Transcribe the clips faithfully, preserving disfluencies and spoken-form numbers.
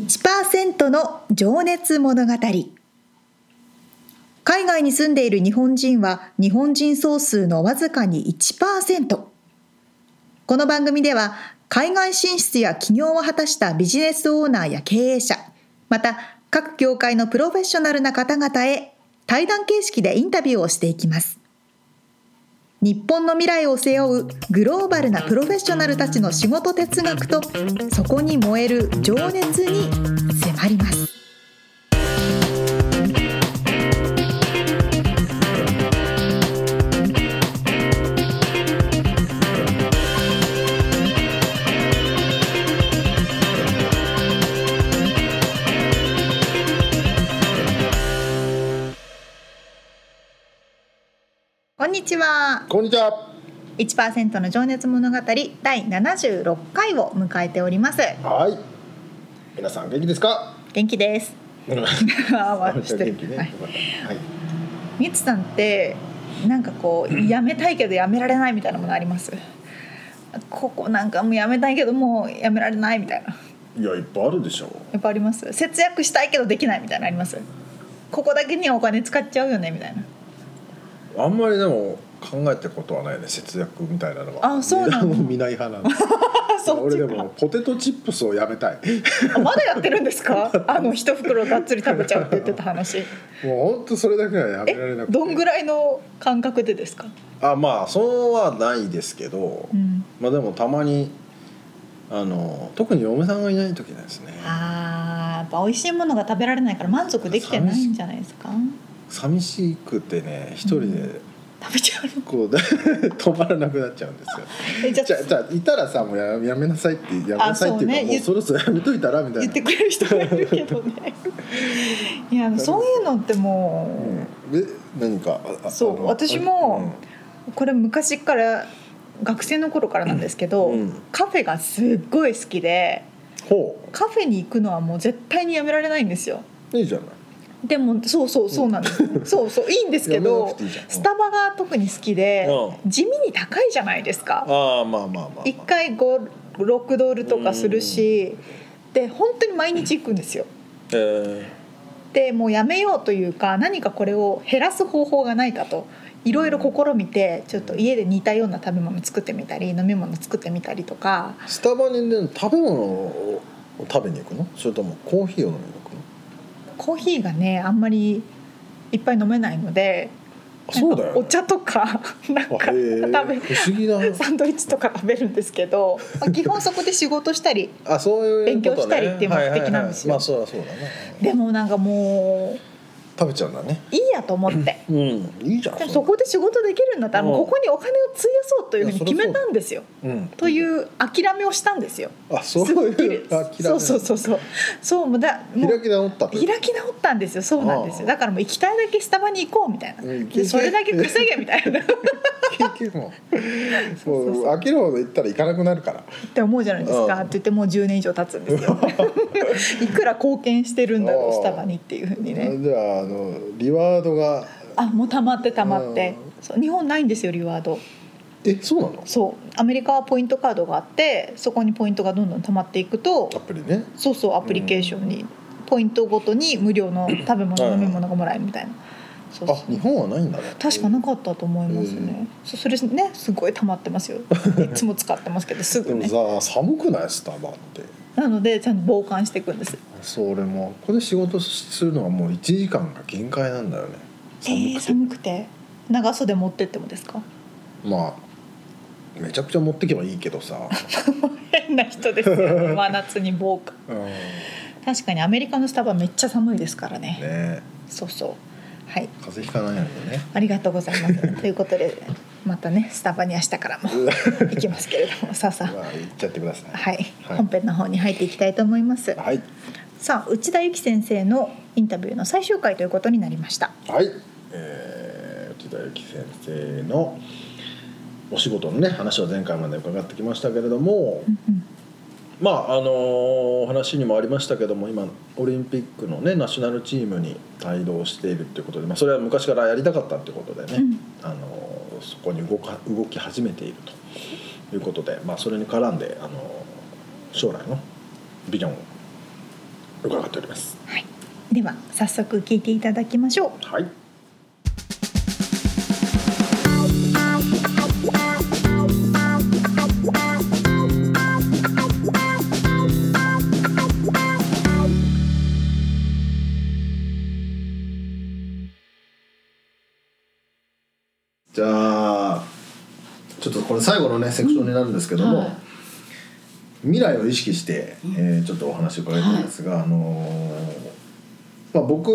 いちパーセント の情熱物語。海外に住んでいる日本人は日本人総数のわずかに いちパーセント。この番組では海外進出や起業を果たしたビジネスオーナーや経営者、また各業界のプロフェッショナルな方々へ対談形式でインタビューをしていきます。日本の未来を背負うグローバルなプロフェッショナルたちの仕事哲学とそこに燃える情熱に迫ります。こんにちは。 こんにちは。 いちパーセント の情熱物語だいななじゅうろっかいを迎えております。 はい。皆さん元気ですか？ 元気です。あ、 元気ね。はい。 みつさんってなんかこうやめたいけどやめられないみたいなものあります？ここなんかもうやめたいけどもうやめられないみたいな。 いやいっぱいあるでしょ。 いっぱいあります。節約したいけどできないみたいなのあります？ここだけにはお金使っちゃうよねみたいな。あんまりでも考えたことはないね、節約みたいなのは。 あ、そうなの。 見ない派なの。俺でもポテトチップスをやめたい。 あ、まだやってるんですか？あの一袋がっつり食べちゃうって言ってた話。 もう本当それだけはやめられなくて。 どんぐらいの感覚でですか？ あ、まあそうはないですけど、うん、まあでもたまにあの特に嫁さんがいない時ですね。 ああ、やっぱ美味しいものが食べられないから満足できてないんじゃないですか？ 寂しくてね、一人で、うん、 食べちゃうのこう止まらなくなっちゃうんですよ。えじゃあじゃあいたらさ、もう や, やめなさいってやめなさいっていうか、ね、もうそろそろやめといたらみたいな言ってくれる人がいるけどね。いやそういうのってもう、うん、え何かそう私も、うん、これ昔から学生の頃からなんですけど、うん、カフェがすっごい好きで、ほうカフェに行くのはもう絶対にやめられないんですよ。 いいじゃない。 でもそうそうそうなんです、うん、そうそういいんですけどいいスタバが特に好きで、うん、地味に高いじゃないですか。 あ、まあまあまあ、まあ、 いっかいご、ろくドルとかするし、で本当に毎日行くんですよ、えー、でもうやめようというか何かこれを減らす方法がないかといろいろ試みてちょっと家で似たような食べ物作ってみたり飲み物作ってみたりとか。 スタバに、ね、食べ物を食べに行くの？それともコーヒーを飲みに行くの？ コーヒーがねあんまりいっぱい飲めないので、 そうだよ、ね、 お茶とかなんか食べ不思議なサンドイッチとか食べるんですけど、まあ、基本そこで仕事したりあそういう、ね、 勉強したりっていう目的なんですよ。 まあそうだそうだね。 でもなんかもう食べちゃうんだね。 いいやと思って、うん、 いいじゃん。 でもそこで仕事できるんだったらもうここにお金を費やそうというふうに決めたんですよ、うん、という諦めをしたんですよ。 あ、そういう諦め。 そうそうそうそうそうだもう開き直った開き直ったんですよ。そうなんですよ。だからもう行きたいだけスタバに行こうみたいな、うん、でそれだけ稼げみたいな結局もうもう飽きるほど行ったら行かなくなるからって思うじゃないですかって言ってもうじゅうねん以上経つんですよ。いくら貢献してるんだろうスタバにっていうふうにね。 じゃあ、あのリワードがあもう溜まって溜まってそう日本ないんですよリワード。 えそうなの？ そうアメリカはポイントカードがあってそこにポイントがどんどん溜まっていくとアプリね。 そうそうアプリケーションにポイントごとに無料の食べ物飲み物がもらえるみたいな。 そうそうあ日本はないんだね。 確かなかったと思いますね。そそれねすごい溜まってますよ。いつも使ってますけどすぐね。 でもさ寒くないスタバって。 なのでちゃんと防寒していくんです。 それもここで仕事するのはもういちじかんが限界なんだよね。 寒くて、えー、寒くて長袖持ってってもですか？ まあめちゃくちゃ持ってけばいいけどさ変な人ですよね。真夏に防寒、うん、確かにアメリカのスタバめっちゃ寒いですから ね, ねそうそうはい風邪ひかないようにね。 ありがとうございますということでまたねスタバに明日からも行きますけれどもさあさあ、 まあ、行っちゃってください、 はいはい、本編の方に入っていきたいと思います、はい、さあ内田有紀先生のインタビューの最終回ということになりました。 はい、えー、内田有紀先生のお仕事のね話を前回まで伺ってきましたけれども、うんうん、まああのー、話にもありましたけども今オリンピックのねナショナルチームに帯同しているということで、まあ、それは昔からやりたかったということでね、うん、あのー、そこに動か動き始めているということで、まあ、それに絡んで、あのー、将来のビジョンを伺っております。 はい、では早速聞いていただきましょう。 はい。じゃあちょっとこれ最後のねセクションになるんですけども、うん、はい、未来を意識して、えー、ちょっとお話を伺いたいんですが、はい、あのーまあ、僕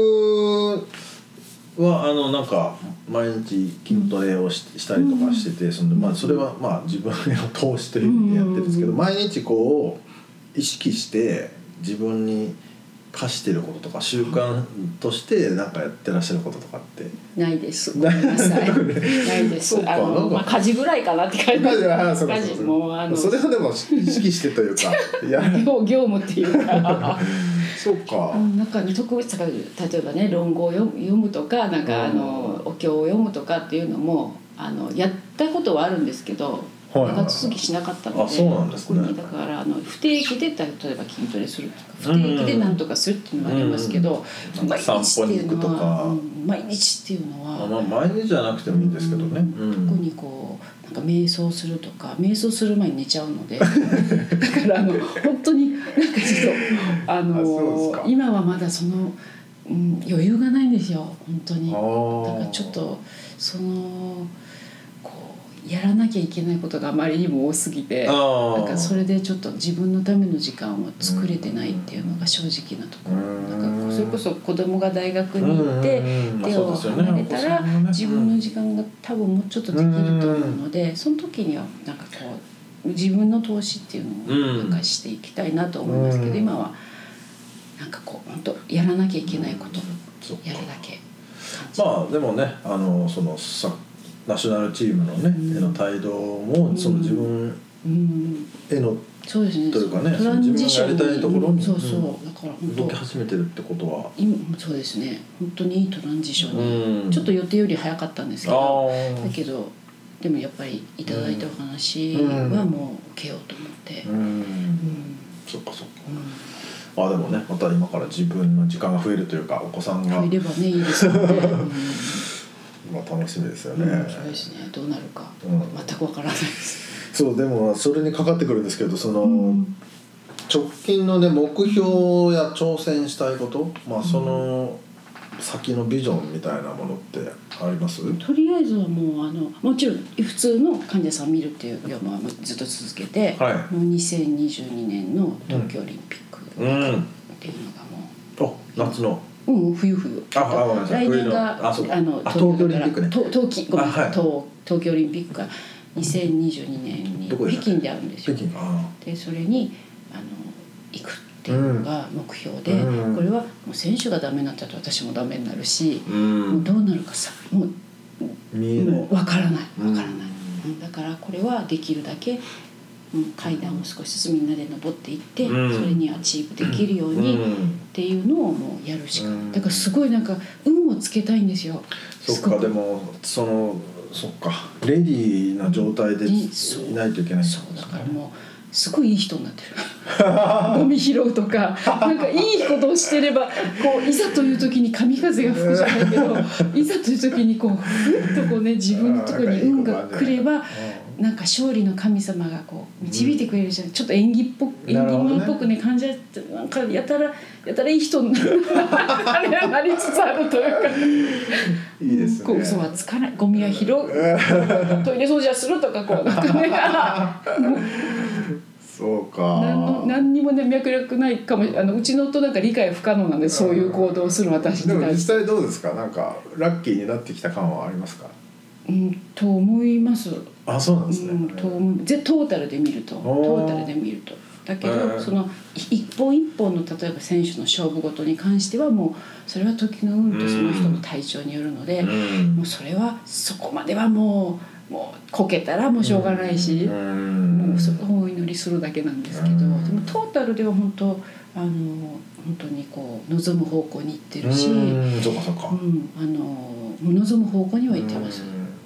はあのなんか毎日筋トレを し, したりとかしてて、そのまあそれはまあ自分への投資という意味でやってるんですけど、毎日こう意識して自分に課してることとか習慣として何かやってらっしゃることとかってないです。ごめんなさい。ないです。あのまあ家事ぐらいかなって感じ。家事もあのそれはでも意識してというか業業務っていうか。 そうか。 なんか特別例えばね論語を読む、読むとかなんかあのお経を読むとかっていうのもあのやったことはあるんですけど。長続きしなかったので、 あ、そうなんですね。 だからあの不定期で例えば筋トレするとか不定期で何とかするっていうのもありますけど、 うん、毎日っていうのは、 うん、毎日っていうのは、 まあ、毎日じゃなくてもいいんですけどね、 うん、特にこうなんか瞑想するとか瞑想する前に寝ちゃうのでだからあの本当になんかちょっとあのあ今はまだその、うん、余裕がないんですよ本当に。だからちょっとそのやらなきゃいけないことがあまりにも多すぎてなんかそれでちょっと自分のための時間を作れてないっていうのが正直なところ。なんかそれこそ子供が大学に行って手を離れたら自分の時間が多分もうちょっとできると思うのでその時にはなんかこう自分の投資っていうのをなんかしていきたいなと思いますけど今はなんかこう本当やらなきゃいけないことをやるだけ感じ。 まあでもねあのそのさナショナルチームのね、うん、への態度も、うん、その自分への、うん、 そうですね、 というかねトランジション自分がやりたいところに、 うん、そうそうだから本当動き始めてるってことは今そうですね本当にいいトランジションに、うん、ちょっと予定より早かったんですけどだけどでもやっぱりいただいたお話はもう受けようと思って、うんうん、 そっかそっか、うん、あでもねまた今から自分の時間が増えるというかお子さんが増えればねいいですよね、うんまあ、楽しみですよね、 うん、そうですねどうなるか、うん、全くわからないですそうでもそれにかかってくるんですけどその、うん、直近のね目標や挑戦したいこと、まあ、その先のビジョンみたいなものってあります？ とりあえずはもうあのもちろん普通の患者さん見るっていう業務はずっと続けて、はい、もうにせんにじゅうにねんの東京オリンピックっていうのがもう、うんうん、夏のうん、冬冬ああごめんなさい来年があの東京オリンピックね冬季ごめんなさい、はい、東, 東京オリンピックがにせんにじゅうにねんに北京であるんですよ。 北京あでそれにあの行くっていうのが目標で、うん、これはもう選手がダメになったら私もダメになるし、うん、もうどうなるかさもう見えないもう分からない分からない、うん、だからこれはできるだけ階段を少しずつみんなで登っていって、うん、それにアチーブできるようにっていうのをもうやるしかない、うん、だからすごいなんか運をつけたいんですよ。 そっかでもそのそっかレディーな状態でいないといけないんですね。 そうだからもうすごいいい人になってるゴミ拾うとかなんかいいことをしてればこういざという時に神風が吹くじゃないけどいざという時にこうふっとこうね自分のところに運が来ればなんか勝利の神様がこう導いてくれるじゃん、うん、ちょっと演技っぽく演技物っぽくね感じてなんかやたらやたらいい人になりつつあるというかいいですね。 こう嘘はつかないゴミは拾うトイレ掃除はするとかこうなんかねそうか何の何にもね脈絡ないかもあのうちの夫なんか理解不可能なんでそういう行動をする私に対して。 でも実際どうですかなんかラッキーになってきた感はありますか？ うんと思います。 あそうなんですね、うん、 と思うトータルで見るとトータルで見るとだけど、えー、その一本一本の例えば選手の勝負事に関してはもうそれは時の運とその人の体調によるので、うん、もうそれはそこまではもうもうこけたらもうしょうがないし、うん、もうそこをお祈りするだけなんですけど、うん、でもトータルでは本当あの本当にこう望む方向に行ってるし、 うんそうかそうか、 うん、あの望む方向には行ってます。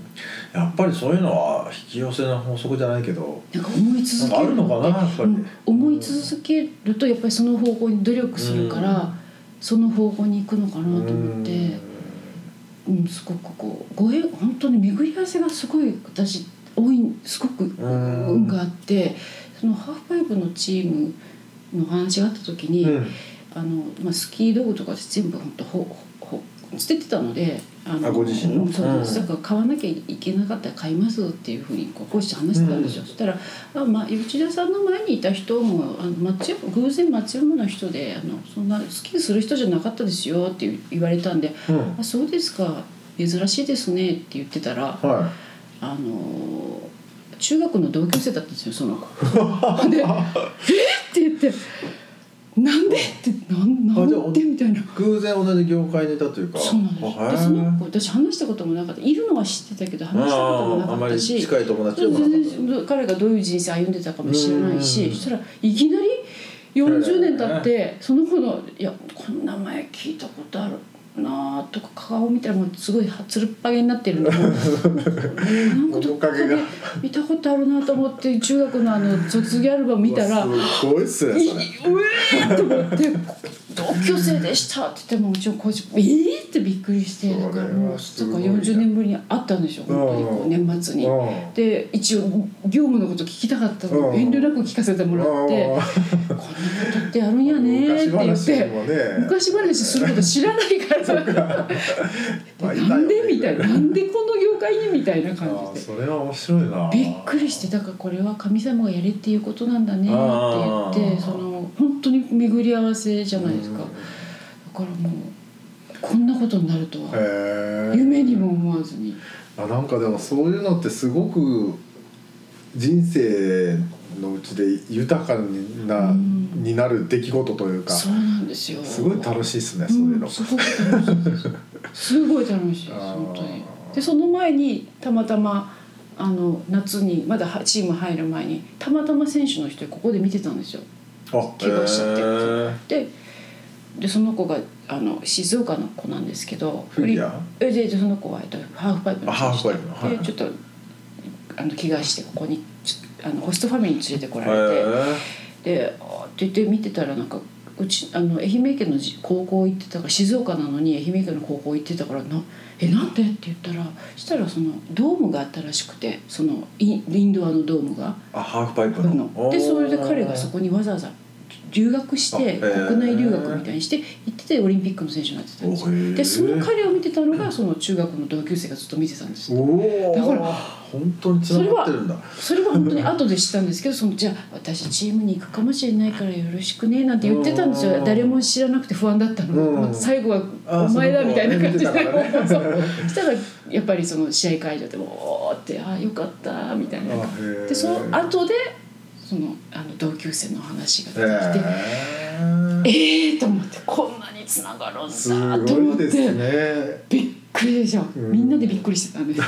やっぱりそういうのは引き寄せの法則じゃないけどなんか思い続けるのってなんかあるのかなやっぱり、 うん、思い続けるとやっぱりその方向に努力するから、うん、その方向に行くのかなと思って、うん、すごくこうご縁本当に巡り合わせがすごい私多いすごく運があって、そのハーフパイプのチームの話があった時に、うん、あのまあ、スキー道具とか全部本当ほほ捨ててたので、あのあご自身の、 そうです、だから買わなきゃいけなかったら買いますっていうふうにこう講師と話してたんですよ、うん、そしたらあ、まあ、内田さんの前にいた人もあの松山偶然松山の人であのそんなスキーする人じゃなかったですよって言われたんで、うん、あそうですか珍しいですねって言ってたら、はい、あの中学の同級生だったんですよその子でえっって言ってなんでってなんなんでみたいな偶然同じ業界にいたというかそうなんですでその子私話したこともなかったいるのは知ってたけど話したこともなかったしあまり近い友達でもなかった彼がどういう人生歩んでたかも知らないしそしたらいきなりよんじゅうねん経ってその子のいやこの名前聞いたことあるなとか顔見たらもうすごいつるっぱげになってるのもなんかどっかで見たことあるなと思って中学のあの卒業アルバム見たらすごいっすねそれうえーと思って同級生でしたって言ってもうちのコーチえーってびっくりしてだからもうだからよんじゅうねんぶりに会ったんでしょ本当にこう年末にで一応業務のこと聞きたかったの遠慮なく聞かせてもらってこんなことってやるんやねって言って昔話すること知らないからなんでみたいななんでこの業界にみたいな感じでそれは面白いなびっくりしてだからこれは神様がやれっていうことなんだねって言ってその本当に巡り合わせじゃないですかだからもうこんなことになるとは夢にも思わずにあなんかでもそういうのってすごく人生のうちで豊かに な,、うん、になる出来事というかそうなんですよすごい楽しいですね、うん、そういうのすごく楽しいですすごい楽しいです本当にでその前にたまたまあの夏にまだチーム入る前にたまたま選手の人ここで見てたんですよ怪我しちゃって、えー、で, でその子があの静岡の子なんですけどフリーででその子はハーフパイプの選手で、 はい、 ちょっとあの怪我してここにあのホストファミリーに連れてこられて、であって言って見てたらなんかうちあの愛媛県の高校行ってたから静岡なのに愛媛県の高校行ってたからなえなんでって言ったらしたらそのドームがあったらしくてそのインドアのドームがあハーフパイプのでそれで彼がそこにわざわざ留学して国内留学みたいにして行っててオリンピックの選手になってたんですよでその彼を見てたのがその中学の同級生がずっと見てたんですよだから本当に繋がってるんだそれは本当に後で知ったんですけどそのじゃあ私チームに行くかもしれないからよろしくねなんて言ってたんですよ誰も知らなくて不安だったので、まあ、最後はお前だみたいな感じで、ね、そしたらやっぱりその試合会場でもおーってああよかったみたいなでその後でそのあの同級生の話が出てきてえー、えーと思ってこんなに繋がるんだと思って、ね、びっくりでしょ、うん、みんなでびっくりしてたんです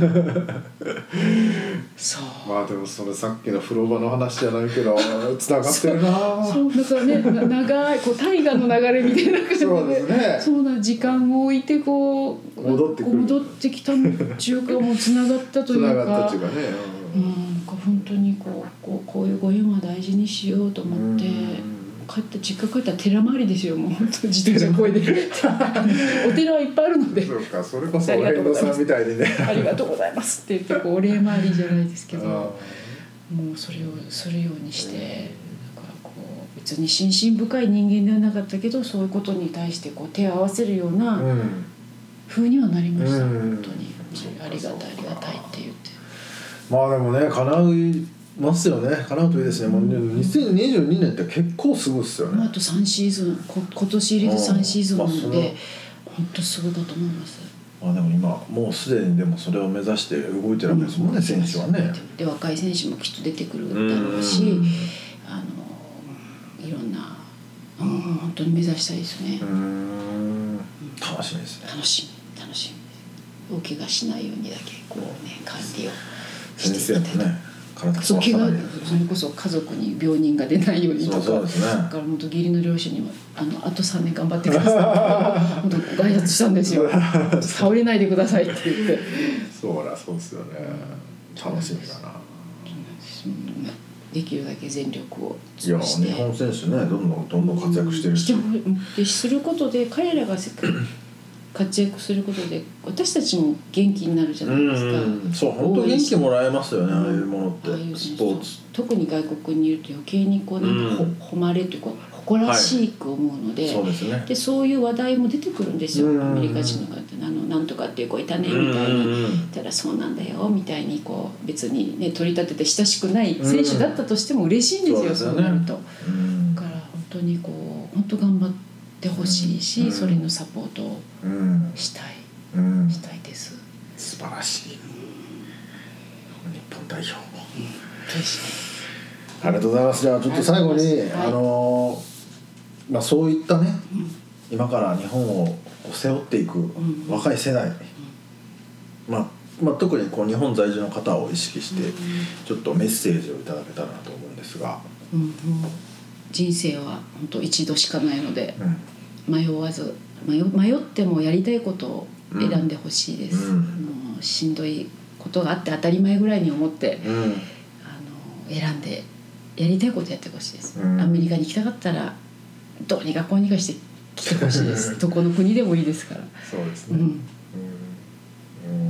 そうまあでもそれさっきの風呂場の話じゃないけど繋がってるなそうだからね長いこう大河の流れみたいな感じでそうですねそうな時間を置いてこう戻ってくる戻ってきたっていうかもう繋がったというか繋がったっていうかね、 うん、なんか本当にこう、こう、こういうご縁は大事にしようと思って帰って実家帰ったら寺回りですよもう本当自転車こいでお寺はいっぱいあるのでそうかそれこそお遍路さんみたいにねありがとうございますって言ってこうお礼回りじゃないですけどもうそれをするようにしてだからこう別に心身深い人間ではなかったけどそういうことに対してこう手を合わせるような風にはなりました、うん、本当にありがたいありがたいって言ってまあでもね叶いますよね叶うといいですね、うん、もうにせんにじゅうにねんって結構すごいですよね、 あとさんシーズンこ今年入れてさんシーズンなので、まあ、本当すごいだと思います。 まあ、でも今もうすでにでもそれを目指して動いてるわけですもんね、うん、選手はね。 で若い選手もきっと出てくるだろうし、あのいろんな、うん、本当に目指したいですね。 うーん楽しみですね。 楽しみ楽しみ。大怪我しないようにだけこうね管理をしていって先生もね体そう怪我壊さないそれこそ家族に病人が出ないようにとか、 そうそうですね、 だから本当義理の両親にもあのあとさんねん頑張ってください本当ご挨拶したんですよ倒れないでくださいって言ってそうだそうですよね、楽しみだな。 できるだけ全力をいや尽くして日本選手ねどんどんどんどん活躍してるし、 ですることで彼らが活躍することで私たちも元気になるじゃないですか。 うんうん、そう本当元気もらえますよね、ああいうものって、 ああいうスポーツ特に外国にいると余計にこうなんかほ、誉れというか誇らしく思うので、 はい、そうですね、 でそういう話題も出てくるんですよ、 うんアメリカ人の方あのなんとかっていう子いたねみたいな、 うんうん、 たらそうなんだよみたいにこう別にね取り立てて親しくない選手だったとしても嬉しいんですよ、うん、そうなると、うん、だから本当にこう本当頑張ってほしいし、うん、それのサポートをしたい、うん、したいです。 素晴らしい、日本代表、うん、ありがとうございます。じゃあちょっと最後に、はい、あのまあ、そういったね、うん、今から日本を背負っていく若い世代、うん、まあまあ、特にこう日本在住の方を意識してちょっとメッセージをいただけたらなと思うんですが、 うんうん、人生は本当一度しかないので、うん、迷わず 迷, 迷ってもやりたいことを選んでほしいです、うん、もうしんどいことがあって当たり前ぐらいに思って、うん、あの選んでやりたいことやってほしいです、うん、アメリカに行きたかったらどうにかこうにかして来てほしいですどこの国でもいいですから。 そうですね、うんうんうん、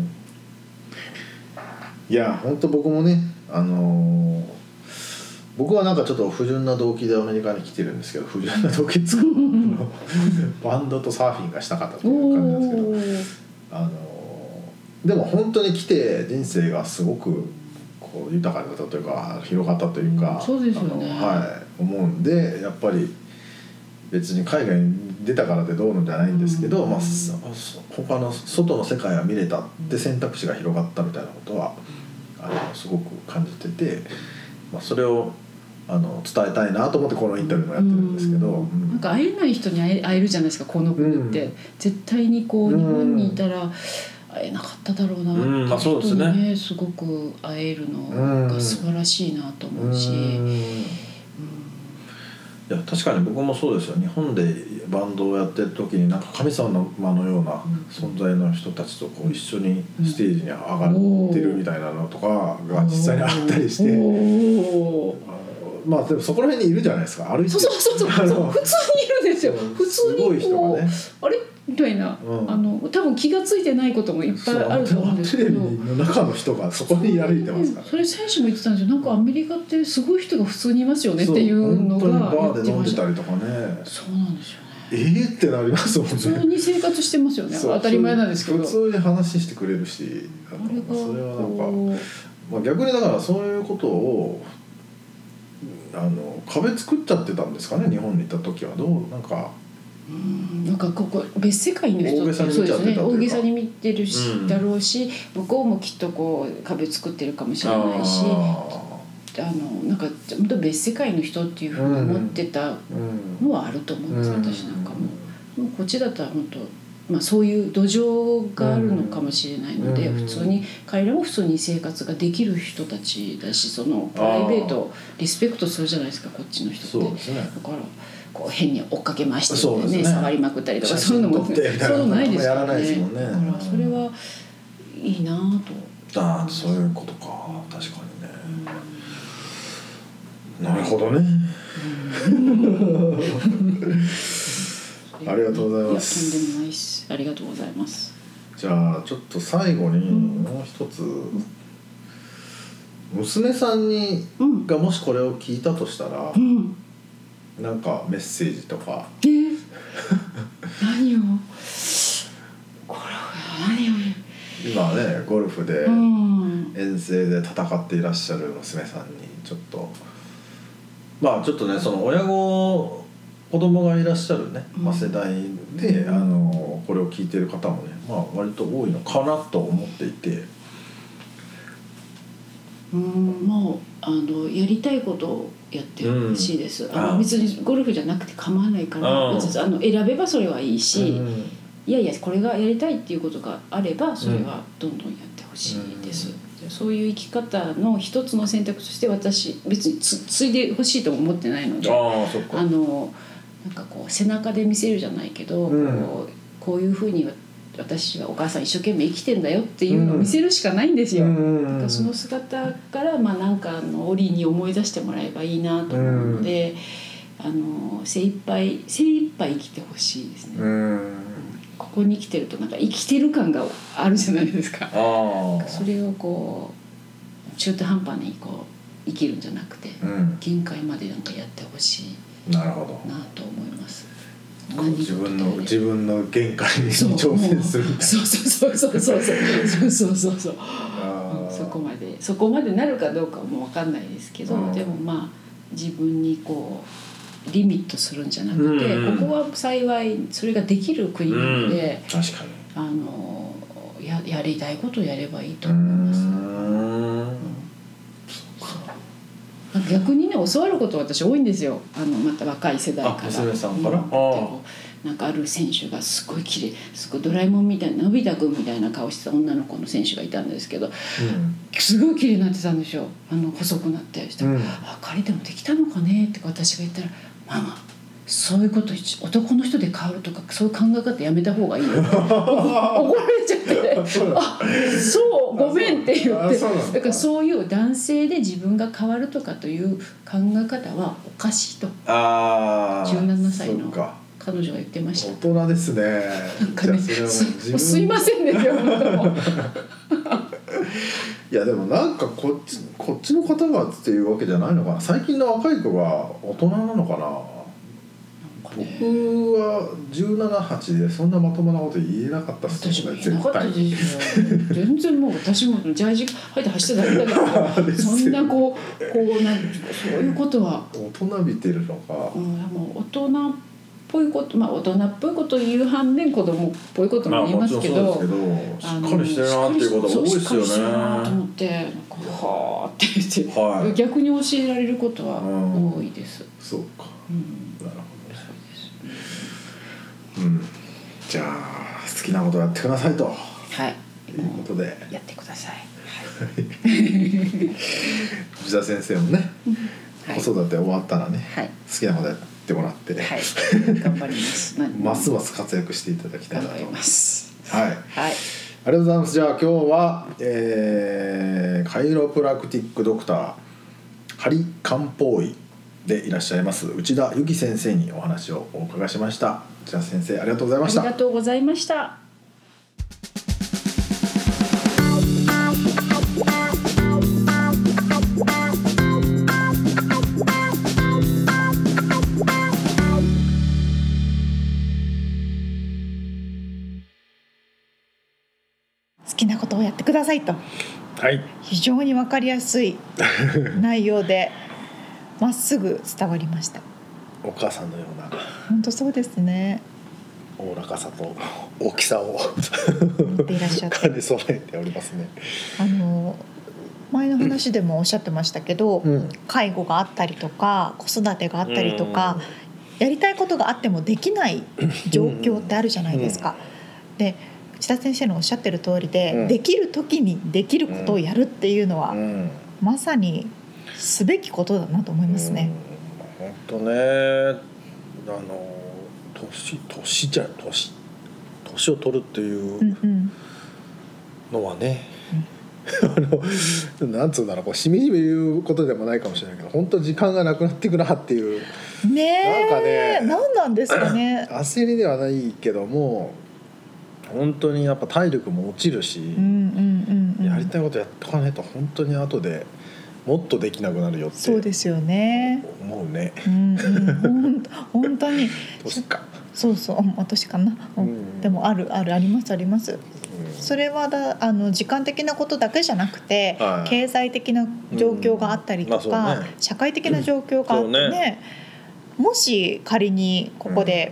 いや本当僕もね、あのー、僕はなんかちょっと不純な動機でアメリカに来てるんですけど、不純な動機つくバンドとサーフィンがしたかったという感じなんですけど、あのー、でも本当に来て人生がすごくこう豊かになったというか広がったというか、 うん、そうですよね、 はい、思うんでやっぱり別に海外に出たからでどうのじゃないんですけど、うん、まあ、他の外の世界が見れたって選択肢が広がったみたいなことはあのすごく感じてて、まあ、それをあの伝えたいなと思ってこのインタビューもやってるんですけど、うん、 なんか会えない人に会え、会えるじゃないですかこの国って、うん、絶対にこう日本にいたら会えなかっただろうなって人にね、うん、すごく会えるのが素晴らしいなと思うし、うんいや確かに僕もそうですよ。日本でバンドをやってる時になんか神様のような存在の人たちとこう一緒にステージに上がってるみたいなのとかが実際にあったりして、まあでもそこら辺にいるじゃないですか。歩いてそうそうそうそう普通にいるんですよ。普通にこうすごい人がね、あれみたいな、うん、あの多分気がついてないこともいっぱいあると思うんですけど、 テレビの中の人がそこに歩いてますから、 それ選手も言ってたんですよ。なんかアメリカってすごい人が普通にいますよねっていうのが本当にバーで飲んでたりとかね。 そうなんですよね。 えーってなりますもんね。 普通に生活してますよね。当たり前なんですけど。 普通に話してくれるし、あれがそれはなんか、まあ、逆にだからそういうことをあの壁作っちゃってたんですかね。日本に行った時はどうなんか。 うんなんかここ別世界の人ってそうですね、大げさに見てるし、うん、だろうし向こうもきっとこう壁作ってるかもしれないし、あのなんか本当別世界の人っていうふうに思ってたのはあると思うんです、うん、私なんかも。もうこっちだったら本当、まあ、そういう土壌があるのかもしれないので、うん、普通に彼らも普通に生活ができる人たちだし、そのプライベートをリスペクトするじゃないですかこっちの人って。 そうですね、 だからこう変に追っかけ回してってね、 ね触りまくったりとかそういうのもそういうのないですからね。 やらないですもんね。だからそれはいいなと。 ああそういうことか、確かにね。うん、なるほどね。うん、ありがとうございます。 いやとんでもないです。ありがとうございます。 じゃあちょっと最後にもう一つ、うん、娘さんに、うん、がもしこれを聞いたとしたら。うんなんかメッセージとかえ何をこれは何を今ねゴルフで遠征で戦っていらっしゃる娘さんにちょっとまあちょっとねその親子子供がいらっしゃるね、まあ、世代で、うん、あのこれを聞いている方もね、まあ、割と多いのかなと思っていてうんもうあのやりたいことをやってほしいです、うん、あの別にゴルフじゃなくて構わないから別にあの選べばそれはいいし、うん、いやいやこれがやりたいっていうことがあればそれはどんどんやってほしいです、うんそういう生き方の一つの選択として私別に つ, ついでほしいとも思ってないので、 あそっかあのなんかこう背中で見せるじゃないけど、うん、こうこういうふうに私はお母さん一生懸命生きてんだよっていうのを見せるしかないんですよ、うん、だからその姿からまあなんかあのオリに思い出してもらえばいいなと思うので、うん、あの精一杯精一杯生きてほしいですね、うん、ここに生きてるとなんか生きてる感があるじゃないですか。あそれをこう中途半端にこう生きるんじゃなくて、うん、限界までなんかやってほしいなと思います。 自分の自分の限界に挑戦する。 そうそうそうそうそうそうそうそうそう。そこまでそこまでなるかどうかはもう分かんないですけど、でもまあ自分にこうリミットするんじゃなくて、うん、ここは幸いそれができる国なので、 うん、確かにあの や, やりたいことをやればいいと思います。うん逆にね教わること私多いんですよ。あのまた若い世代から。 あ、娘さんから。 うん、なんかある選手がすごい綺麗、すごいドラえもんみたいなのび太くんみたいな顔してた女の子の選手がいたんですけど、うん、すごい綺麗になってたんですよ。あの細くなってしたら、うん、あ彼でもできたのかねって私が言ったら、ママそういうこと男の人で変わるとかそういう考え方やめた方がいいよ怒られちゃってあそうごめんって言って、だからそういう男性で自分が変わるとかという考え方はおかしいとあじゅうななさいの彼女が言ってました。 大人ですね。 なんかね、す, すいませんねでもいやでもなんかこっちこっちの方がっていうわけじゃないのかな。最近の若い子が大人なのかな。僕はじゅうなな、はちでそんなまともなこと言えなかったっすね。私も言えなかったですよ。全然もう私もジャージ履いて走ってただけだけどそんなこうこうなんそういうことは大人びてるのか。 うん、もう大人っぽいことまあ大人っぽいことを言う反面子供っぽいことも言いますけど、まあ、 そうですけどしっかりしてるなっていうことが多いですよね。しっかりしてるなと思ってなんかはーって言って、はい、逆に教えられることは多いです。 うん、そうか。うん、なるほど。うん、じゃあ好きなことやってくださいと、はい、ということでやってください。 藤田先生もね、はい、子育て終わったらね、はい、好きなことやってもらって、はい、 頑張ります。 ますます活躍していただきたいなと思います。 はい、はい、ありがとうございます。じゃあ今日は、えー、カイロプラクティックドクター針漢方医でいらっしゃいます内田由紀先生にお話をお伺いしました。じゃあ先生ありがとうございました。 ありがとうございました。 好きなことをやってくださいと、 はい、 非常に分かりやすい内容でまっすぐ伝わりました。 お母さんのような本当そうですね。 おおらかさと大きさを持っていらっしゃって兼ね備えておりますね。 あの前の話でもおっしゃってましたけど、うん、介護があったりとか子育てがあったりとか、うん、やりたいことがあってもできない状況ってあるじゃないですか、うん、で内田先生のおっしゃってる通りで、うん、できる時にできることをやるっていうのは、うん、まさにすべきことだなと思いますね。 本当ね、あの年年じゃ年年を取るっていうのはね、うんうん、あのなんつうんだろう、こうしみじみ言うことでもないかもしれないけど、本当時間がなくなっていくなっていうね、 なんかね、 何なんですかね。 焦りではないけども本当にやっぱ体力も落ちるし、うんうんうんうん、やりたいことやっとかないと本当に後でもっとできなくなるよってそうですよね思うね、 うんうん、本当に年かそうそう私かな、うん、でもあるあるありますあります、うん、それはだあの時間的なことだけじゃなくて、はい、経済的な状況があったりとか、うんまあね、社会的な状況があってね、うんね、もし仮にここで、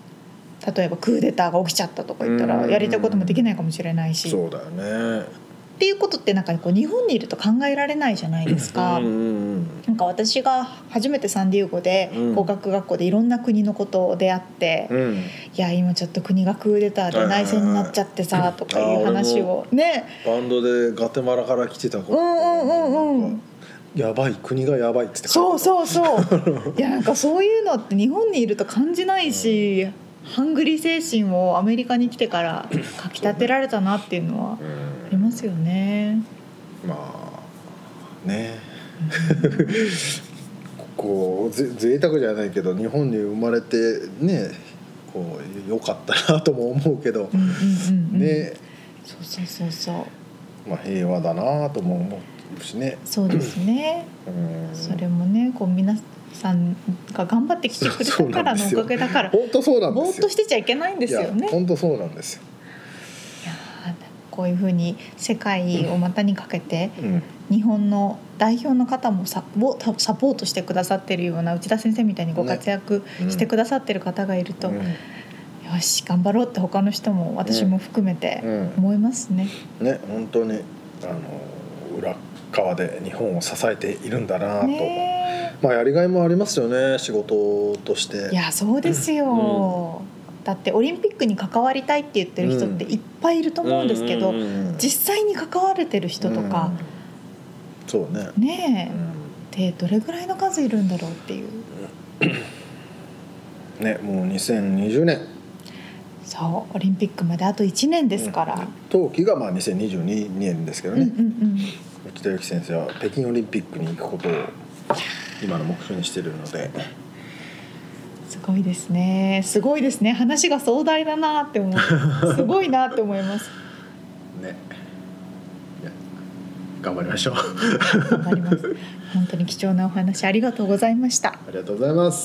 うん、例えばクーデターが起きちゃったとか言ったらやりたいこともできないかもしれないし、 そうだよね。 っていうことってなんかこう日本にいると考えられないじゃないですか。 うんうんうんなんか私が初めてサンディエゴで語学学校でいろんな国のことを出会って、うん、いや今ちょっと国がクーデターで内戦になっちゃってさとかいう話をね、 バンドでガテマラから来てた子、 うんうんうんうん、 やばい国がやばいって言ってそうそうそういやなんかそういうのって日本にいると感じないし、うん、ハングリー精神をアメリカに来てからかきたてられたなっていうのはありますよね。 まあねこうぜ贅沢じゃないけど日本に生まれてねこう良かったなとも思うけど、うんうんうんうん、ねそうそうそうそう、 まあ、平和だなとも思うしね。 そうですね、うん、それもねこう皆さんが頑張ってきてくれたからのおかげだから本当そうなんですよ。 ぼーっとしてちゃいけないんですよね。 本当そうなんですよ。 いやこういうふうに世界を股にかけて、うん、日本の代表の方もサポ、サポートしてくださってるような内田先生みたいにご活躍してくださってる方がいると、ねうん、よし頑張ろうって他の人も私も含めて思いますね。 うんうん、ね本当にあの裏側で日本を支えているんだなと、ねまあ、やりがいもありますよね仕事として。 いやそうですよ、うん、だってオリンピックに関わりたいって言ってる人っていっぱいいると思うんですけど、うんうんうんうん、実際に関われてる人とか、うんそうね、 ねえ、うん、でどれぐらいの数いるんだろうっていうねもうにせんにじゅうねんそうオリンピックまであといちねんですから、うん、 冬季がまあにせんにじゅうにねんですけどね、うんうんうん、内田有紀先生は北京オリンピックに行くことを今の目標にしているのですごいですねすごいですね話が壮大だなって思うすごいなって思いますね頑張りましょう頑張ります本当に貴重なお話ありがとうございました。 ありがとうございます。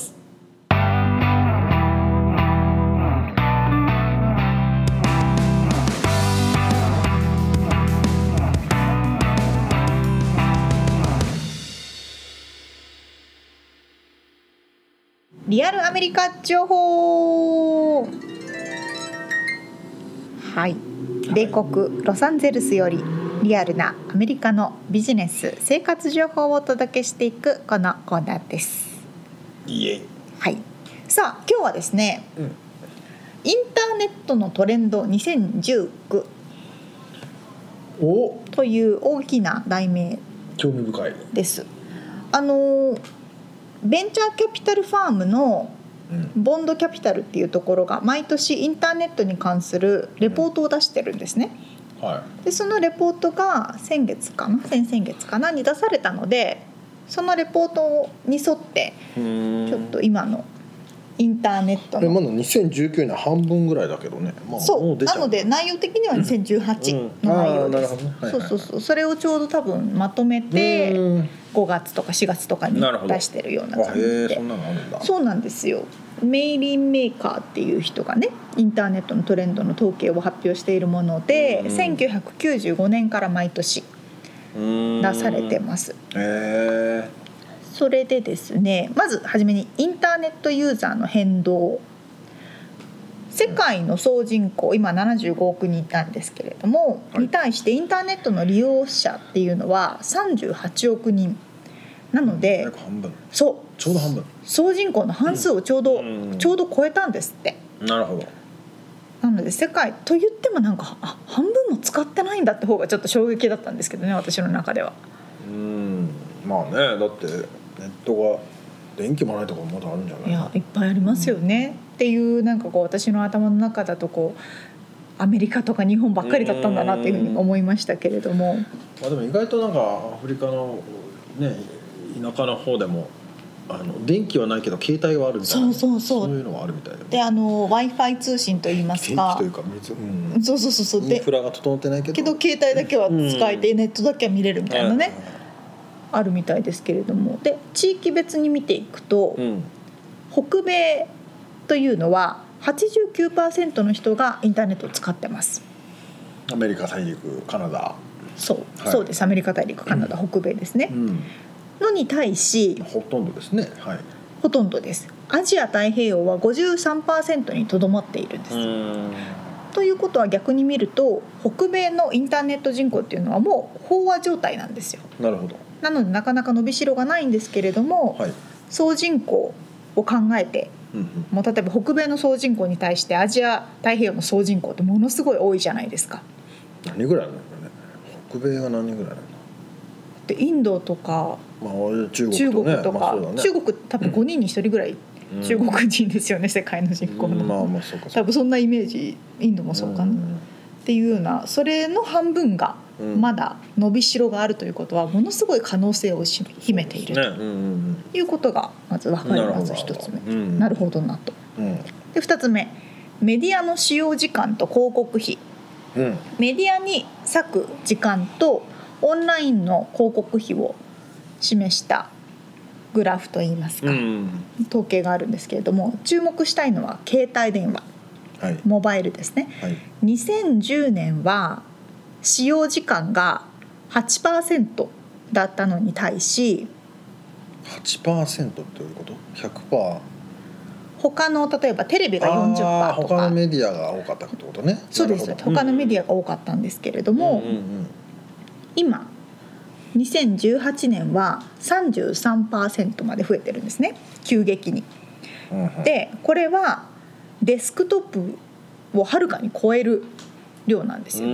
リアルアメリカ情報はい米国ロサンゼルスよりリアルなアメリカのビジネス生活情報をお届けしていくこのコーナーです。 イエイ、 はい、さあ今日はですね、うん、インターネットのトレンドにせんじゅうきゅうという大きな題名興味深いです。あのベンチャーキャピタルファームのボンドキャピタルっていうところが毎年インターネットに関するレポートを出してるんですね、うんはい、でそのレポートが先月かな先々月かなに出されたのでそのレポートに沿ってちょっと今のインターネットのまだにせんじゅうきゅうねん半分ぐらいだけどね、まあ、 そうなので内容的にはにせんじゅうはちの内容です、うんうんねはいはい、そうそうそうそれをちょうど多分まとめてごがつとかしがつとかに出してるような感じで、 そんなのあるんだ。 そうなんですよ。メイリンメーカーっていう人がねインターネットのトレンドの統計を発表しているものでせんきゅうひゃくきゅうじゅうごねんから毎年出されてます。 へー。 それでですねまずはじめにインターネットユーザーの変動世界の総人口今ななじゅうごおくにんなんですけれども、はい、に対してインターネットの利用者っていうのはさんじゅうはちおくにんなので半分そうちょうど半分総人口の半数をちょうど、うん、ちょうど超えたんですって。 なるほど。 なので世界と言ってもなんかあ半分も使ってないんだって方がちょっと衝撃だったんですけどね私の中では。 うんまあねだってネットが電気もないところまだあるんじゃない？ いやいっぱいありますよね、うん、っていうなんかこう私の頭の中だとこうアメリカとか日本ばっかりだったんだなっていうふうに思いましたけれども、 まあ、でも意外となんかアフリカのね田舎の方でもあの電気はないけど携帯はあるみたいな、 そうそうそう、 そういうのはあるみたいで、ね、 であの Wi-Fi 通信といいますか電気というか水、うん、 そうそうそうそうインフラが整ってないけどけど携帯だけは使えて、うん、ネットだけは見れるみたいなね、あるみたいですけれどもで地域別に見ていくと、うん、北米というのは はちじゅうきゅうパーセント の人がインターネットを使ってます。 アメリカ大陸カナダそう、はい、そうですアメリカ大陸カナダ、うん、北米ですね、うん、のに対しほとんどですね、はい、 ほとんどです。アジア太平洋は ごじゅうさんパーセント にとどまっているんです。 うんということは逆に見ると北米のインターネット人口っていうのはもう飽和状態なんですよ。 なるほど。 なのでなかなか伸びしろがないんですけれども、 はい、 総人口を考えて、 うんうん、 もう例えば北米の総人口に対してアジア太平洋の総人口ってものすごい多いじゃないですか。 何人ぐらいなんだろうね。北米が何人ぐらいなんだ。 でインドとか、 まあ、中国と、ね、 中国とか、 まあそうだね、 中国多分ごにんにひとりぐらい中国人ですよね、うん、世界の人口の、 うん、まあまあそうかそうか、 多分そんなイメージ。インドもそうかな、うん、っていうような、それの半分がまだ伸びしろがあるということはものすごい可能性を秘めているということがまず分かります。一つ目、うん、なるほどなと、うん、でふたつめ、メディアの使用時間と広告費、うん、メディアに割く時間とオンラインの広告費を示したグラフといいますか、うん、統計があるんですけれども、注目したいのは携帯電話、はい、モバイルですね、はい、にせんじゅうねんは使用時間が はちパーセント だったのに対しはちパーセント ってどういうこと？ ひゃくパーセント？ 他の例えばテレビが よんじゅっパーセント とか、 他のメディアが多かったってことね。 そうです。他のメディアが多かったんですけれども、うんうんうん、今にせんじゅうはちねんは さんじゅうさんパーセント まで増えてるんですね、急激に、うんうん、でこれはデスクトップをはるかに超える量なんですよ。うん、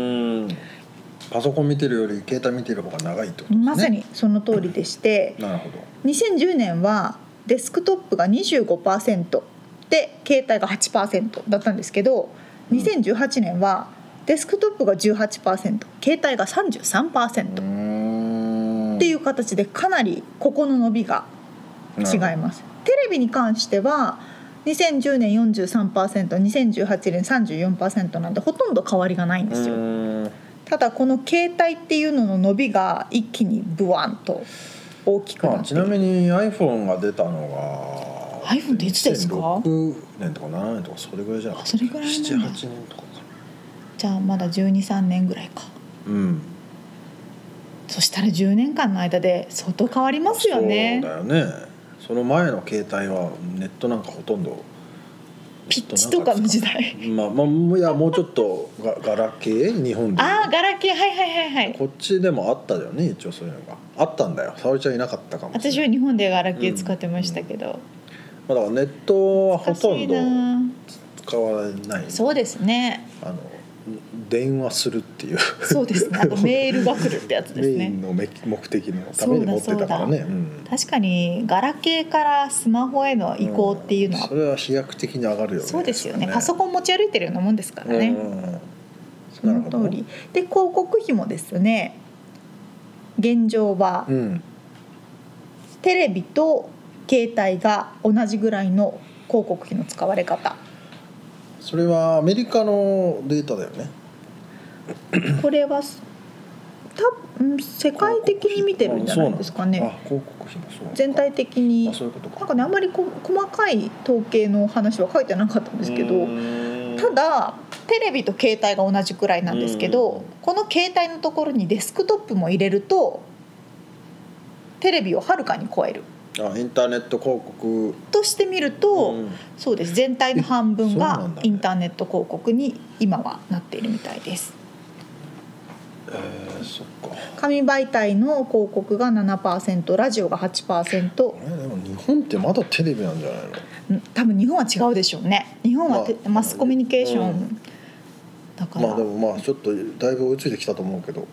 パソコン見てるより携帯見てる方が長いってことですね。 まさにその通りでしてなるほど。 にせんじゅうねんはデスクトップが にじゅうごパーセント で携帯が はちパーセント だったんですけど、にせんじゅうはちねんはデスクトップが じゅうはちパーセント、 携帯が さんじゅうさんパーセント っていう形でかなりここの伸びが違います。テレビに関してはにせんじゅうねん よんじゅうさんパーセント、 にせんじゅうはちねん さんじゅうよんパーセント なんでほとんど変わりがないんですよ。ただこの携帯っていうのの伸びが一気にブワンと大きくなっている、 まあ、ちなみに iPhone が出たのが iPhone っていつですか？ ろくねんとかななねんとかそれぐらいじゃなかった。 それぐらいなんだ。なな、はちねんとかかな。じゃあまだじゅうに、さんねんぐらいか。うん。そしたらじゅうねんかんの間で相当変わりますよね。 そうだよね。その前の携帯はネットなんかほとんどピッチとかの時代。 まあまあいやもうちょっとガガラケー日本で。 ああガラケー、はいはいはいはい。 こっちでもあったよね、一応そういうのがあったんだよ。沙織ちゃんいなかったかもしれない。 私は日本でガラケー使ってましたけど。うんうん、 まあ、だからネットはほとんど使わない。 そうですね。 あの電話するっていう。 そうですね。あとメールが来るってやつですね。 メインの目的のために持ってたからね。うん、 確かにガラケーからスマホへの移行っていうのは、 うん、それは飛躍的に上がるよね。 そうですよね。パソコン持ち歩いてるようなもんですからね。うん、その通り。で広告費もですね、現状は、うん、テレビと携帯が同じぐらいの広告費の使われ方。 それはアメリカのデータだよね。 これは多分世界的に見てるんじゃないですかね。 あ、広告費もそうか。 全体的に。 あ、そういうことか。 なんかね、あんまりこ細かい統計の話は書いてなかったんですけど、ただテレビと携帯が同じくらいなんですけど、この携帯のところにデスクトップも入れるとテレビをはるかに超える。 あ、インターネット広告として見ると、うん、そうです。全体の半分がインターネット広告に今はなっているみたいです。 えー、そっか。 紙媒体の広告が ななパーセント、 ラジオが はちパーセント。 えー、でも日本ってまだテレビなんじゃないの？ 多分日本は違うでしょうね。日本は、まあ、マスコミュニケーション、うん、だからまあでもまあちょっとだいぶ追いついてきたと思うけど、 うん、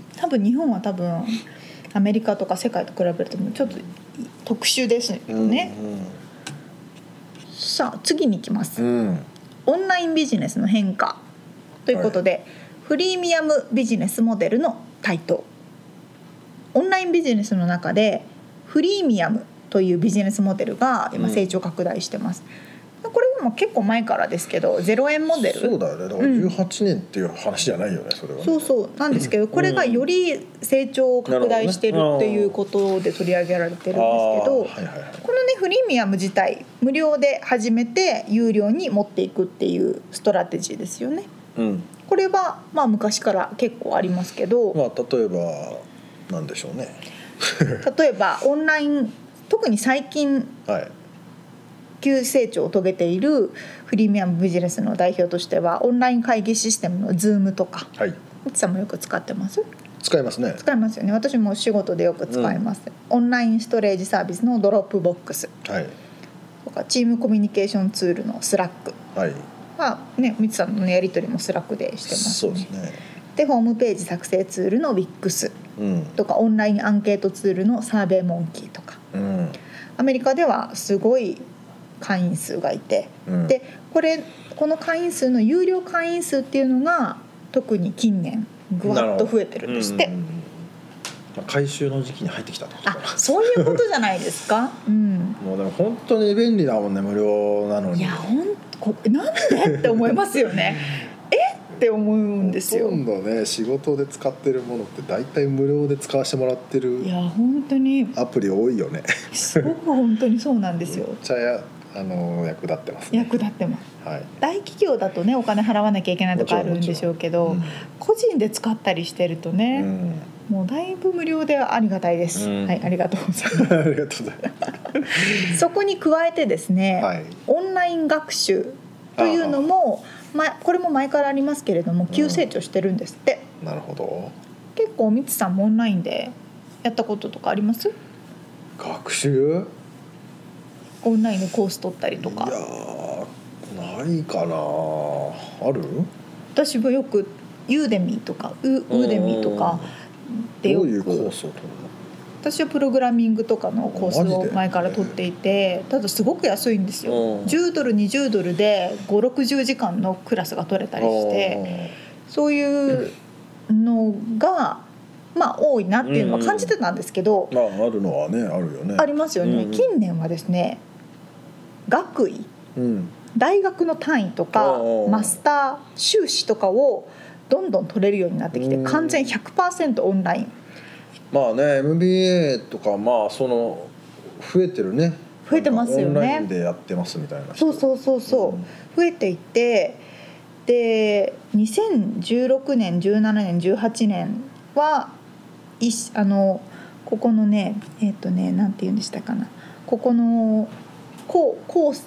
多分日本は多分アメリカとか世界と比べるとちょっと特殊ですよね。うんうん、さあ次に行きます、うん、オンラインビジネスの変化ということで、はい、フリーミアムビジネスモデルの台頭。オンラインビジネスの中でフリーミアムというビジネスモデルが今成長拡大してます、うん、これも結構前からですけどゼロえんモデル。 そうだよね。だからじゅうはちねんっていう話じゃないよね、それはね。 そうそうなんですけど、これがより成長拡大してるっていうことで取り上げられてるんですけど、 はいはいはい、 このねフリーミアム自体無料で始めて有料に持っていくっていうストラテジーですよね、うん、これはまあ昔から結構ありますけど、 まあ、例えばなんでしょうね例えばオンライン、特に最近、はい、 急成長を遂げているプレミアムビジネスの代表としてはオンライン会議システムの Zoom とか、 はい、 みつさんもよく使ってます？ 使いますね。 使いますよね。私も仕事でよく使います、うん、オンラインストレージサービスのドロップボックス、 はい、 とかチームコミュニケーションツールのスラックはいはね、みつさんのやり取りもスラックでしてますね。 そうですね。 でホームページ作成ツールの ウィックス とか、うん、オンラインアンケートツールのサーベイモンキーとか、うん、アメリカではすごい会員数がいて、うん、でこれこの会員数の有料会員数っていうのが特に近年ぐわっと増えてるんですって。 回収の時期に入ってきたってことかな。 あ、そういうことじゃないですか、うん、 もうでも本当に便利だもんね、無料なのに。 いやほんこなんでって思いますよねえって思うんですよ。 ほとんどね、仕事で使ってるものって大体無料で使わせてもらってる。 いや本当にアプリ多いよねすごく本当にそうなんですよ。 めっちゃやあの役立ってますね。 役立ってます、 はい、 大企業だとねお金払わなきゃいけないとかあるんでしょうけど、うん、個人で使ったりしてるとね、うん、もうだいぶ無料でありがたいです、うん、はい、ありがとうございますありがとうございますそこに加えてですね、はい、オンライン学習というのも、ま、これも前からありますけれども急成長してるんですって、 うん、なるほど。 結構みつさんもオンラインでやったこととかあります？ 学習オンラインでコース取ったりとか。 いやないかな。ある？ 私はよくユーデミーとかウーデミーとかでよく。 どういうコースを取るの？ 私はプログラミングとかのコースを前から取っていて、ただすごく安いんですよ。じゅうドルにじゅうドルでごじゅうろくじゅうじかんのクラスが取れたりして、そういうのがまあ多いなっていうのは感じてたんですけど、 うんうん、まあ、あるのはねあるよね。 ありますよね、うん、近年はですね学位、うん、大学の単位とかマスター修士とかをどんどん取れるようになってきて、完全 ひゃくパーセント オンライン。 まあね エムビーエー とかまあその増えてるね。 増えてますよね。 オンラインでやってますみたいな。 そうそうそうそう、うん、増えていて、でにせんじゅうろくねんじゅうななねんじゅうはちねんはいあのここのねえっとねなんて言うんでしたかな、ここのココース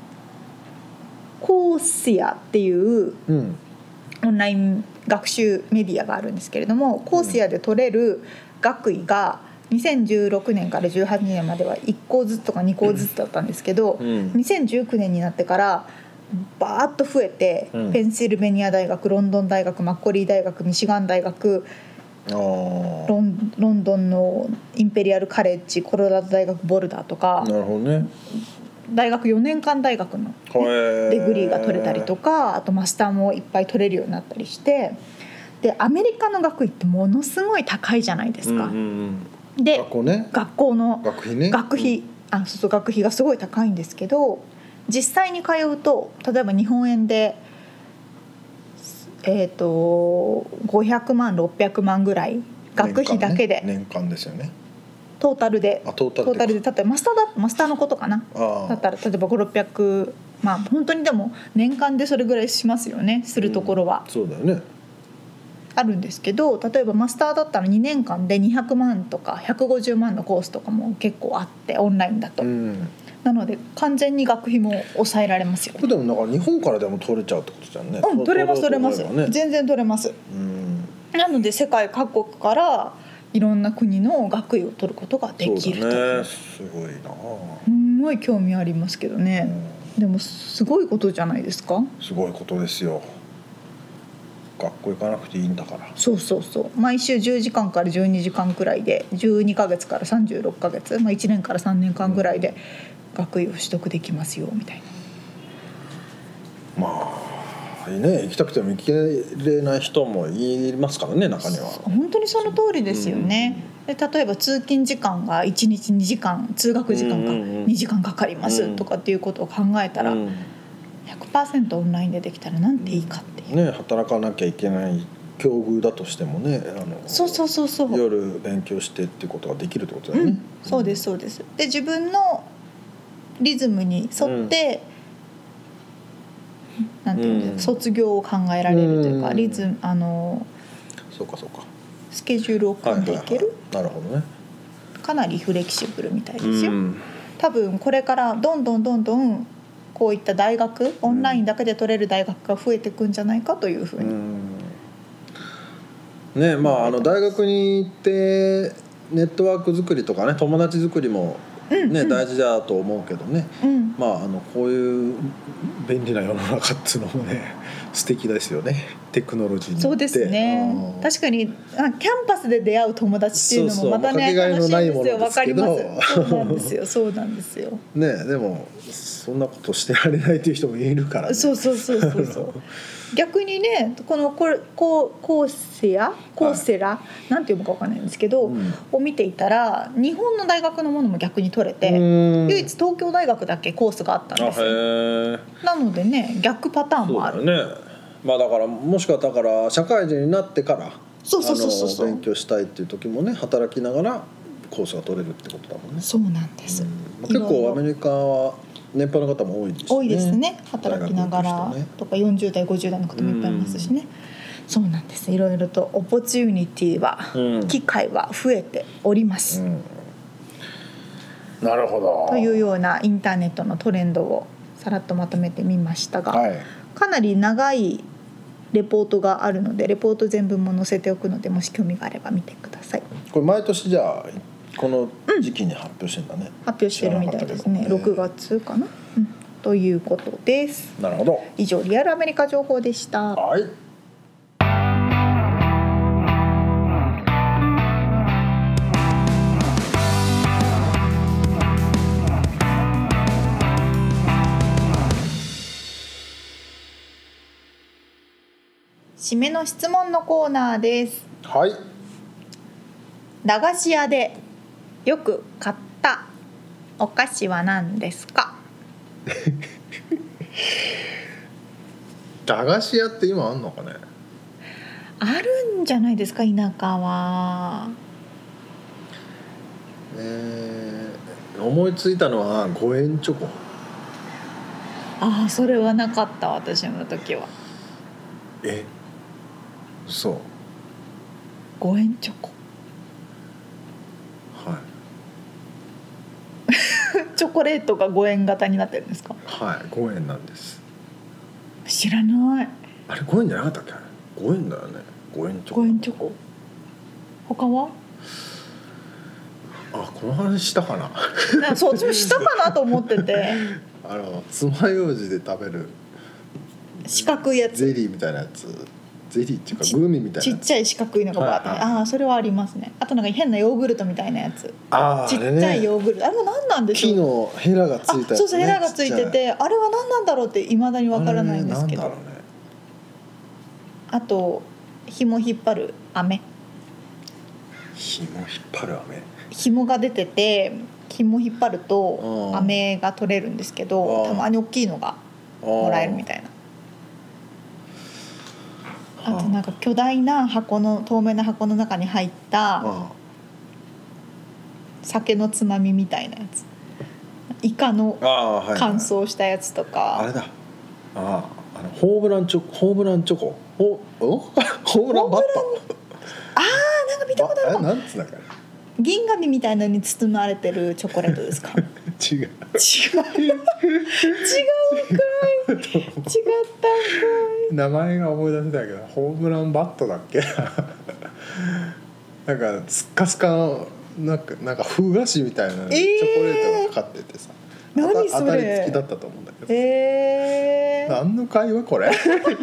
コーシアっていう、うん、オンライン学習メディアがあるんですけれども、コーシアで取れる学位がにせんじゅうろくねんからじゅうはちねんまではいっこずつとかにこずつだったんですけど、うん、にせんじゅうきゅうねんになってからバーッと増えて、うん、ペンシルベニア大学、ロンドン大学、マッコリー大学、ミシガン大学、ロン、ロンドンのインペリアルカレッジ、コロラド大学ボルダーとか、 なるほどね、 大学よねんかん大学の、ね、デグリーが取れたりとか、あとマスターもいっぱい取れるようになったりして、でアメリカの学位ってものすごい高いじゃないですか、うんうんうん、で学校ね、 学校の学費ね、 学費、うん、あそうそう学費がすごい高いんですけど、実際に通うと例えば日本円でえーとごひゃくまんろっぴゃくまんぐらい学費だけで、 年間ね、年間ですよね、 トータルで、 あトータルで、 トータルで例えばマスターだマスターのことかな、だったら例えばごひゃくろっぴゃくまあ本当にでも年間でそれぐらいしますよね、するところは、 うん、そうだよね、 あるんですけど、例えばマスターだったらにねんかんでにひゃくまんとかひゃくごじゅうまんのコースとかも結構あって、オンラインだと、うん、なので完全に学費も抑えられますよね。 でもなんか日本からでも取れちゃうってことじゃんね。 うん、取れます取れます、ね、全然取れます、うん、なので世界各国からいろんな国の学位を取ることができると。 そうだね、すごいな、 すごい興味ありますけどね、うん、でもすごいことじゃないですか。 すごいことですよ、学校行かなくていいんだから。 そうそうそう、毎週じゅうじかんからじゅうにじかんくらいでじゅうにかげつからさんじゅうろっかげつ、まあ、いちねんからさんねんかんぐらいで学位を取得できますよみたいな。まあね、行きたくても行けれない人もいますからね、中には。 本当にその通りですよね、うん、で例えば通勤時間がいちにちにじかん、通学時間がにじかんかかりますとかっていうことを考えたら、うん、ひゃくパーセント オンラインでできたらなんていいかっていう、 ね、働かなきゃいけない境遇だとしてもね、あのそうそうそうそう、 夜勉強してっていうことができるってことだよね、うん、 そうですそうです。で自分のリズムに沿って、うん、なんていうんですか、うん、卒業を考えられるというか、うん、リズム、あのそうかそうか、 スケジュールを組んでいける、 はいはいはい、なるほどね、 かなりフレキシブルみたいですよ、うん、 多分これからどんどんどんどんこういった大学オンラインだけで取れる大学が増えていくんじゃないかというふうに、 うんね、まああの大学に行ってネットワーク作りとかね友達作りもね、うんうん、大事だと思うけどね、うん、まああのこういう便利な世の中っていうのもね素敵ですよねテクノロジーに。 そうですね。確かにあキャンパスで出会う友達っていうのもまたね楽しいんですよ。わかります。そうなんですよ。そうなんですよ。 ねでもそんなことしてられないという人もいるから、ね、 そうそうそうそうそう。逆にねこのコココーセアコーセラ、はい、なんて読むかわかんないんですけど、うん、を見ていたら日本の大学のものも逆に取れて唯一東京大学だけコースがあったんですよ。なのでね逆パターンもある。 そうだよね。まあだからもしくはだから社会人になってからそうそうそうそうそう勉強したいっていう時もね働きながらコースが取れるってことだもんね。 そうなんです。うんまあ、結構アメリカは年配の方も多いですね。 多いですね。働きながらとかよんじゅう代ごじゅう代の方もいっぱいいますしね。うんそうなんです。いろいろとオポチュニティは、うん、機会は増えております、うん、 なるほどというようなインターネットのトレンドをさらっとまとめてみましたが、はい、かなり長いレポートがあるのでレポート全文も載せておくのでもし興味があれば見てください。 これ毎年じゃあこの時期に発表してんだね、うん、 発表してるみたいですね。ろくがつかな、うん、ということです。 なるほど。 以上リアルアメリカ情報でした。 はい締めの質問のコーナーです。 はい。 駄菓子屋でよく買ったお菓子は何ですか？ 駄菓子屋って今あんのかね？ あるんじゃないですか田舎は。 えー、思いついたのはごえんチョコ。 ああそれはなかった私の時は。 えそうごえんチョコはいチョコレートがごえん型になってるんですか？ はいごえんなんです。 知らない。 あれごえんじゃなかったっけ？ごえんだよね。ごえんチョコごえんチョコ他は？ あこの話したかななそう私もしたかなと思っててあの爪楊枝で食べる四角いやつゼリーみたいなやつゼリーっていうかグミみたいなちっちゃい四角いのがバーって、はいはい、ああそれはありますね。あとなんか変なヨーグルトみたいなやつあちっちゃいヨーグルト あ,、ね、あれは何なんでしょう。 木のヘラがついたやつ、ね、 そうそうヘラがついててあれは何なんだろうって未だに分からないんですけど あ,、ね、あと紐引っ張る飴紐引っ張る飴紐が出てて紐引っ張ると飴が取れるんですけどたまに大きいのがもらえるみたいな。あとなんか巨大な箱の透明な箱の中に入った酒のつまみみたいなやつイカの乾燥したやつとかあ,、はいはい、あれだああのホームランチョコホームランチョコホームランバットあーなんか見たことあるかも。 なんつうんだっけ銀紙みたいなのに包まれてるチョコレートですか？違う違う違う違うくらい違ったくらい名前が思い出せたけどホームランバットだっけなんかスカスカのなんかなんか風菓子みたいなチョコレートがかかっててさ、 えー、何それ当たり付きだったと思うんだけど、 えー、 何の会話これ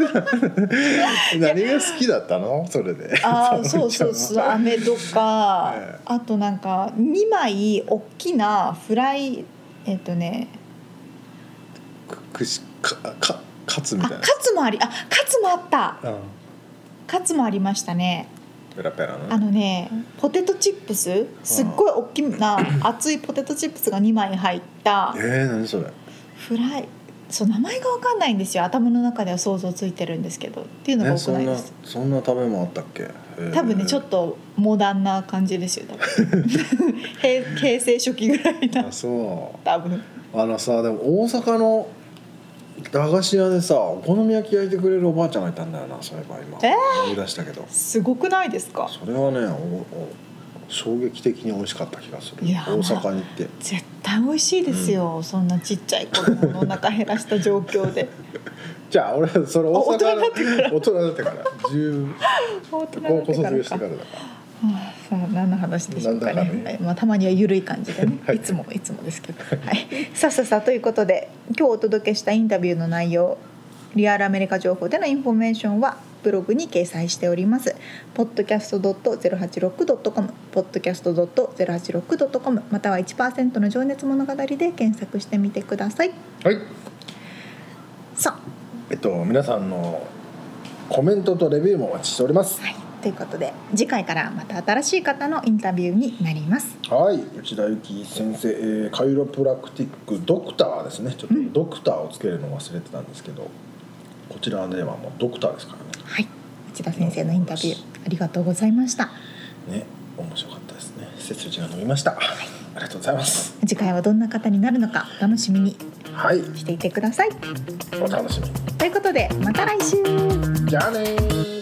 何が好きだったのそれであそうそうそう飴とか、えー、あとなんかにまい大きなフライえっとねくしかかカツみたいな。 カツもありあカツもあった、うん、カツもありましたね。 ペラペラの、ね、 あのねポテトチップスすっごい大きな厚いポテトチップスがにまい入ったえー、何それフライそう名前が分かんないんですよ。頭の中では想像ついてるんですけどっていうのが多くないです。 そんなそんな食べ物あったっけ？ 多分ねちょっとモダンな感じですよ多分平, 平成初期ぐらいな。 あそう多分あのさでも大阪の駄菓子屋でさお好み焼き焼いてくれるおばあちゃんがいたんだよな。そういえば今、えー、思い出したけどすごくないですか？ それはねおお衝撃的に美味しかった気がする。 いや大阪に行って絶対美味しいですよ、うん、そんなちっちゃい子供のお腹減らした状況でじゃあ俺それ大阪大人になってから大人になってから十高校卒業してからだからはあ、さあ何の話でしょうかね、ね、まあ、たまには緩い感じでね、はい、いつもいつもですけど、はい、さあさあさあということで今日お届けしたインタビューの内容、リアルアメリカ情報でのインフォメーションはブログに掲載しております。 ポッドキャストドットゼロはちろくドットコム ポッドキャストドットゼロはちろくドットコム または いちパーセント の情熱物語で検索してみてください。 はい。 さあ、 えっと皆さんのコメントとレビューもお待ちしております。 はい、ということで次回からまた新しい方のインタビューになります。 はい、内田有紀先生、えー、カイロプラクティックドクターですね。ちょっとドクターをつけるのを忘れてたんですけど、うん、こちらではもうドクターですからね。 はい、内田先生のインタビューありがとうございました。 ね、面白かったですね。背筋が伸びました。はい、ありがとうございます。 次回はどんな方になるのかお楽しみにしていてください。 お楽しみに。 ということでまた来週。 じゃあね。